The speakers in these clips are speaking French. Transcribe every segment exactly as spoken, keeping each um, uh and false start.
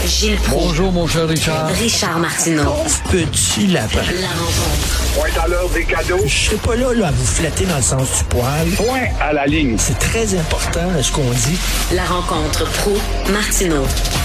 Gilles Proulx. Bonjour, mon cher Richard. Richard Martineau. Petit lapin. La rencontre. Point à l'heure des cadeaux. Je serai pas là, là à vous flatter dans le sens du poil. Point à la ligne. C'est très important, là, ce qu'on dit. La rencontre Proulx-Martineau.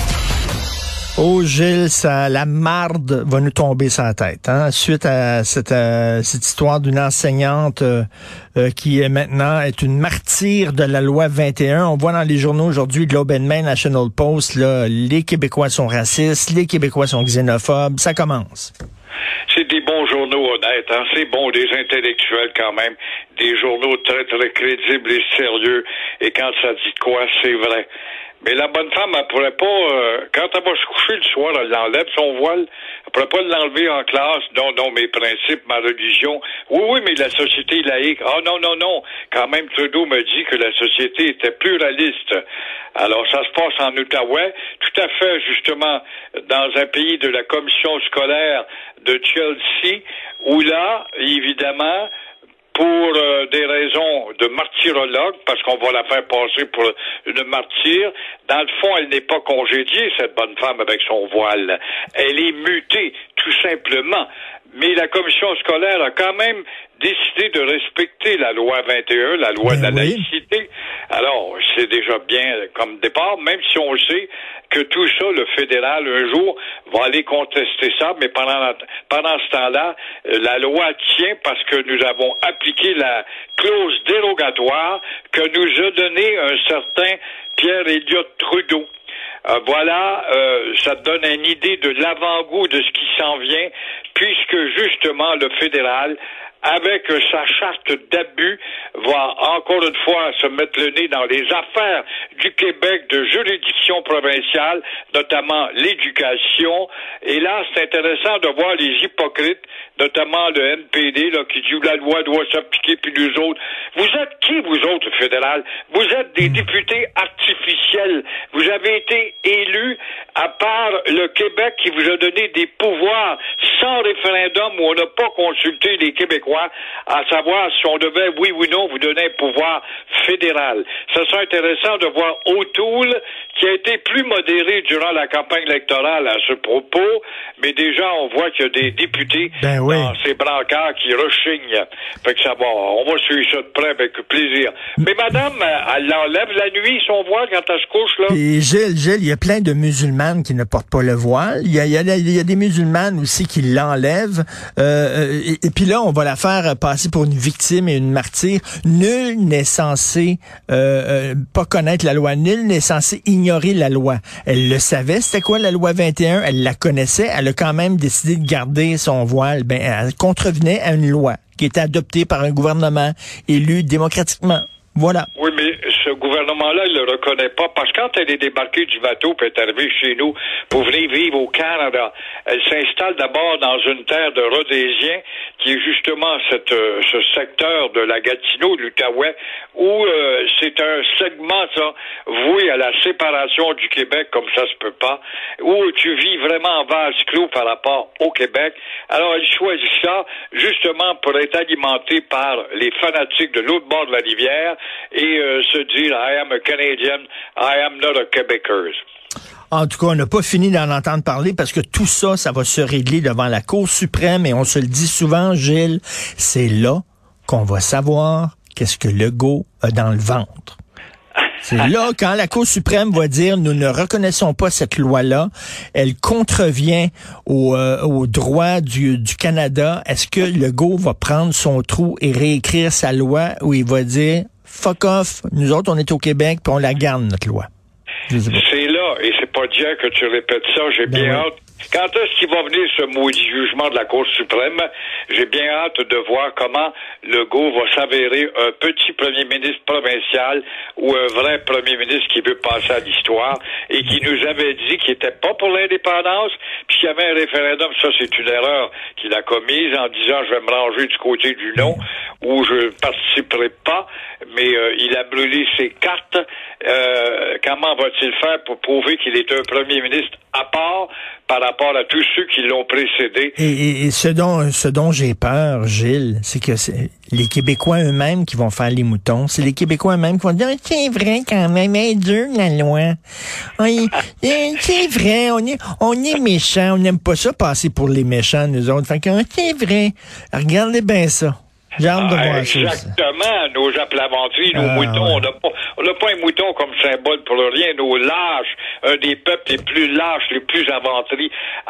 Oh Gilles, ça, la marde va nous tomber sur la tête, hein, suite à cette, euh, cette histoire d'une enseignante euh, euh, qui est maintenant est une martyre de la loi vingt et un. On voit dans les journaux aujourd'hui, Globe and Mail, National Post, là, les Québécois sont racistes, les Québécois sont xénophobes. Ça commence. C'est des bons journaux honnêtes, hein? C'est bon, des intellectuels quand même, des journaux très, très crédibles et sérieux. Et quand ça dit quoi, c'est vrai. Mais la bonne femme, elle pourrait pas, euh, quand elle va se coucher le soir, elle enlève son voile. Elle pourrait pas l'enlever en classe. Non, non, mes principes, ma religion. Oui, oui, mais la société laïque. Ah, non, non, non. Quand même, Trudeau me dit que la société était pluraliste. Alors, ça se passe en Outaouais. Tout à fait, justement, dans un pays de la commission scolaire de Chelsea, où là, évidemment, pour euh, des raisons de martyrologue, parce qu'on va la faire passer pour une martyre, dans le fond, elle n'est pas congédiée, cette bonne femme, avec son voile. Elle est mutée, tout simplement. Mais la commission scolaire a quand même décidé de respecter la loi vingt et un, la loi ben de la oui. laïcité. Alors, c'est déjà bien comme départ, même si on sait que tout ça, le fédéral, un jour, va aller contester ça, mais pendant, la, pendant ce temps-là, la loi tient parce que nous avons appliqué la clause dérogatoire que nous a donné un certain Pierre Elliott Trudeau. Euh, voilà, euh, ça donne une idée de l'avant-goût de ce qui s'en vient, puisque justement le fédéral, avec sa charte d'abus, va encore une fois se mettre le nez dans les affaires du Québec de juridiction provinciale, notamment l'éducation. Et là, c'est intéressant de voir les hypocrites, notamment le N P D, là, qui dit la loi doit s'appliquer, puis nous autres. Vous êtes qui, vous autres, fédéral? Vous êtes des députés artificiels. Vous avez été élus à part le Québec qui vous a donné des pouvoirs sans référendum où on n'a pas consulté les Québécois à savoir si on devait, oui ou non, vous donner un pouvoir fédéral. Ça serait intéressant de voir O'Toole, qui a été plus modéré durant la campagne électorale à ce propos, mais déjà, on voit qu'il y a des députés ben oui. dans ces brancards qui rechignent. Fait que ça va, on va suivre ça de près avec plaisir. Mais madame, elle enlève la nuit son voile quand elle se couche, là. Et Gilles, Gilles, il y a plein de musulmanes qui ne portent pas le voile. Il y a, il y a, il y a des musulmanes aussi qui l'enlèvent. Euh, et, et puis là, on va la faire passer pour une victime et une martyre. Nul n'est censé euh, euh, pas connaître la loi. Nul n'est censé ignorer la loi. Elle le savait, c'était quoi la loi vingt et un? Elle la connaissait. Elle a quand même décidé de garder son voile. Ben, elle contrevenait à une loi qui était adoptée par un gouvernement élu démocratiquement. Voilà. Oui, mais ce gouvernement-là, il le reconnaît pas, parce que quand elle est débarquée du bateau et est arrivée chez nous pour venir vivre au Canada, elle s'installe d'abord dans une terre de Rhodésiens, qui est justement cette, euh, ce secteur de la Gatineau, de l'Outaouais, où euh, c'est un segment, ça, voué à la séparation du Québec, comme ça se peut pas, où tu vis vraiment en vase clos par rapport au Québec. Alors, elle choisit ça, justement, pour être alimentée par les fanatiques de l'autre bord de la rivière, et euh, se dire I am a Canadian, I am not a Québécois. En tout cas, on n'a pas fini d'en entendre parler parce que tout ça, ça va se régler devant la Cour suprême et on se le dit souvent, Gilles, c'est là qu'on va savoir qu'est-ce que Legault a dans le ventre. C'est là, quand la Cour suprême va dire, nous ne reconnaissons pas cette loi-là, elle contrevient au, euh, aux droits du, du Canada, est-ce que Legault va prendre son trou et réécrire sa loi où il va dire, fuck off, nous autres, on est au Québec, puis on la garde, notre loi? C'est là, et c'est pas dire que tu répètes ça, j'ai ben bien ouais. hâte. Quand est-ce qu'il va venir ce maudit jugement de la Cour suprême? J'ai bien hâte de voir comment Legault va s'avérer un petit premier ministre provincial ou un vrai premier ministre qui veut passer à l'histoire et qui nous avait dit qu'il était pas pour l'indépendance, puis qu'il y avait un référendum. Ça, c'est une erreur qu'il a commise en disant je vais me ranger du côté du non ou je ne participerai pas. mais euh, il a brûlé ses cartes. Euh, comment va-t-il faire pour prouver qu'il est un premier ministre à part par rapport à tous ceux qui l'ont précédé? Et, et, et ce dont, ce dont j'ai peur, Gilles, c'est que c'est les Québécois eux-mêmes qui vont faire les moutons. C'est les Québécois eux-mêmes qui vont dire, c'est vrai quand même, elle est dure la loi. Oui, c'est vrai, on est, on est méchants, on n'aime pas ça passer pour les méchants, nous autres. Fait que c'est vrai. Regardez bien ça. J'ai hâte de ah, voir ça. Exactement, nos aplaventries, nos ah, moutons. Ouais. On n'a pas, on n'a pas un mouton comme symbole pour rien. Nos lâches, un des peuples les plus lâches, les plus aventris.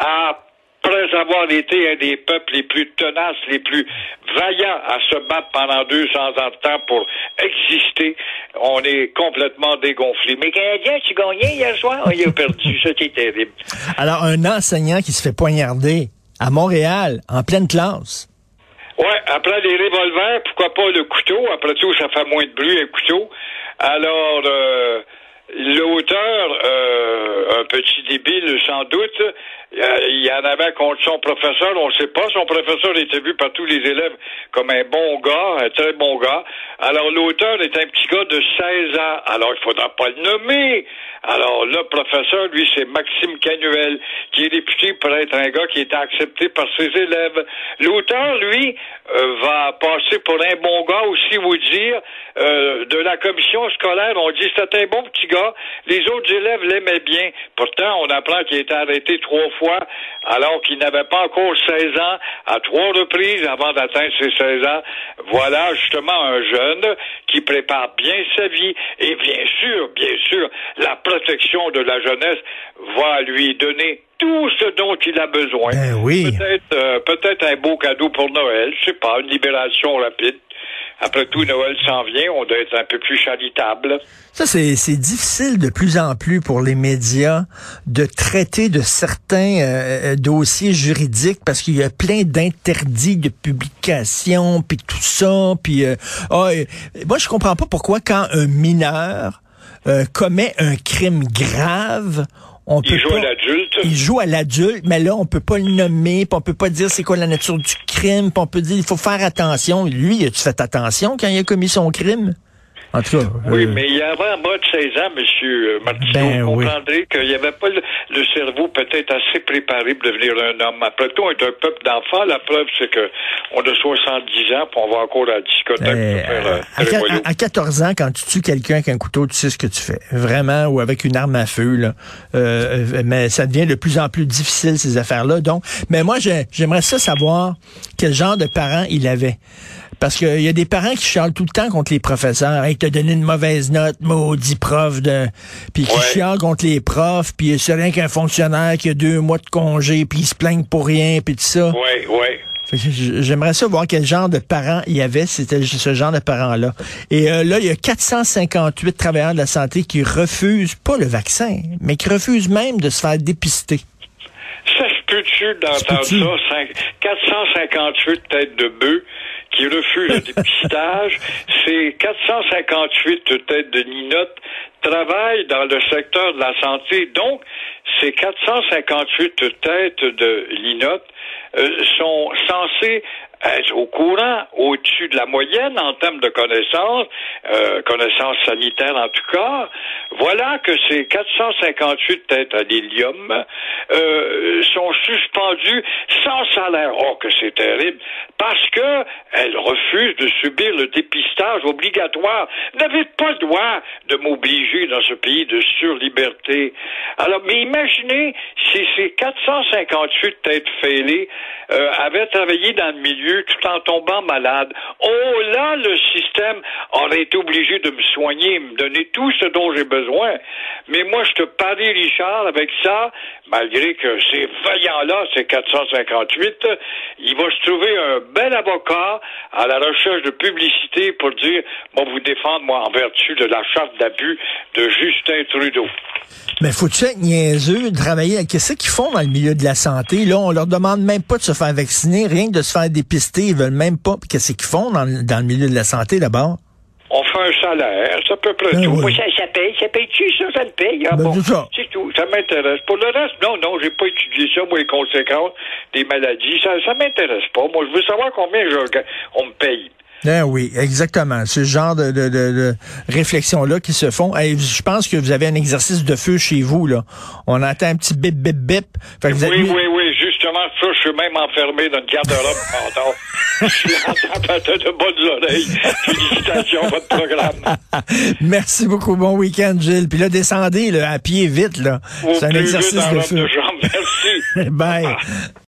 Après avoir été un des peuples les plus tenaces, les plus vaillants à se battre pendant deux cents ans de temps pour exister, on est complètement dégonflé. Mais Canadien, tu gagnais hier soir? Il a perdu. C'était terrible. Alors, un enseignant qui se fait poignarder à Montréal, en pleine classe. Ouais, après les revolvers, pourquoi pas le couteau? Après tout, ça fait moins de bruit, un couteau. Alors, euh, l'auteur, euh, un petit débile sans doute, il y en avait contre son professeur, on ne sait pas. Son professeur était vu par tous les élèves comme un bon gars, un très bon gars. Alors, l'auteur est un petit gars de seize ans. Alors, il ne faudra pas le nommer. Alors, le professeur, lui, c'est Maxime Canuel, qui est réputé pour être un gars qui est accepté par ses élèves. L'auteur, lui, euh, va passer pour un bon gars aussi, vous dire, euh, de la commission scolaire, on dit c'était un bon petit gars. Les autres élèves l'aimaient bien. Pourtant, on apprend qu'il a été arrêté trois fois, alors qu'il n'avait pas encore seize ans, à trois reprises avant d'atteindre ses seize ans. Voilà justement un jeune qui prépare bien sa vie. Et bien sûr, bien sûr, la protection de la jeunesse va lui donner tout ce dont il a besoin. Ben oui. Peut-être, euh, peut-être un beau cadeau pour Noël, je sais pas, une libération rapide. Après tout, Noël s'en vient, on doit être un peu plus charitable. Ça, c'est, c'est difficile de plus en plus pour les médias de traiter de certains euh, dossiers juridiques parce qu'il y a plein d'interdits de publication, puis tout ça, puis euh, oh, euh, moi je comprends pas pourquoi quand un mineur euh, commet un crime grave, on peut il joue pas, à l'adulte. Il joue à l'adulte, mais là, on peut pas le nommer, puis on peut pas dire c'est quoi la nature du crime, puis on peut dire il faut faire attention. Lui, as-tu fait attention quand il a commis son crime? En tout cas. Oui, euh... mais il y avait en bas de seize ans, M. Martineau, ben, vous oui. comprendrez qu'il n'y avait pas le, le cerveau peut-être assez préparé pour devenir un homme. Après tout, on est un peuple d'enfants. La preuve, c'est que on a soixante-dix ans, puis on va encore à la discothèque euh, pour faire, euh, à, à, à quatorze ans, quand tu tues quelqu'un avec un couteau, tu sais ce que tu fais. Vraiment, ou avec une arme à feu, là. Euh, mais ça devient de plus en plus difficile, ces affaires-là. Donc, mais moi, j'ai, j'aimerais ça savoir quel genre de parents il avait. Parce qu'il y a des parents qui chialent tout le temps contre les professeurs. Hey, t'as donné une mauvaise note, maudit prof de... Puis qui ouais. chialent contre les profs, puis c'est rien qu'un fonctionnaire qui a deux mois de congé, puis ils se plaignent pour rien, puis tout ça. Oui, oui. J'aimerais ça voir quel genre de parents il y avait, c'était ce genre de parents-là. Et euh, là, il y a quatre cent cinquante-huit travailleurs de la santé qui refusent, pas le vaccin, mais qui refusent même de se faire dépister. Ça se peut-tu d'entendre ça? quatre cent cinquante-huit têtes de bœufs qui refusent le dépistage. Ces quatre cent cinquante-huit têtes de ninottes travaillent dans le secteur de la santé. Donc, ces quatre cent cinquante-huit têtes de linottes euh, sont censées être au courant, au-dessus de la moyenne en termes de connaissances, euh, connaissances sanitaires en tout cas. Voilà que ces quatre cent cinquante-huit têtes à l'hélium euh, sont suspendues sans salaire. Oh, que c'est terrible! Parce que elles refusent de subir le dépistage obligatoire. Vous n'avez pas le droit de m'obliger dans ce pays de surliberté. Alors, mais imaginez si ces quatre cent cinquante-huit têtes fêlées euh, avaient travaillé dans le milieu tout en tombant malade. Oh là, le système aurait été obligé de me soigner, me donner tout ce dont j'ai besoin. Mais moi, je te parie, Richard, avec ça, malgré que ces vaillants-là, ces quatre cent cinquante-huit, il va se trouver un bel avocat à la recherche de publicité pour dire, moi, vous défendre, moi, en vertu de la charte d'abus de Justin Trudeau. Mais faut-tu être niaiseux de travailler? Qu'est-ce qu'ils font dans le milieu de la santé? Là, on leur demande même pas de se faire vacciner, rien que de se faire dépister, ils veulent même pas. Qu'est-ce qu'ils font dans, dans le milieu de la santé, d'abord? On fait un salaire, c'est à peu près ben tout. Oui. Moi, ça, ça paye, ça paye-tu, ça, ça le paye? Ah, ben, bon, c'est, c'est tout, ça m'intéresse. Pour le reste, non, non, j'ai pas étudié ça, moi, les conséquences des maladies, ça, ça m'intéresse pas. Moi, je veux savoir combien je, on me paye. Ben oui, exactement. C'est ce genre de, de, de, de réflexion-là qui se font. Hey, je pense que vous avez un exercice de feu chez vous, là. On entend un petit bip, bip, bip. Fait que vous oui, avez... oui, oui, justement, ça, je suis même enfermé dans une garde-robe menton. Je l'entends de bonnes oreilles. Félicitations, votre programme. Merci beaucoup. Bon week-end, Gilles. Puis là, descendez là, à pied vite, là. Au C'est un plus exercice vite en de robe feu. de jambe. Merci. Bye.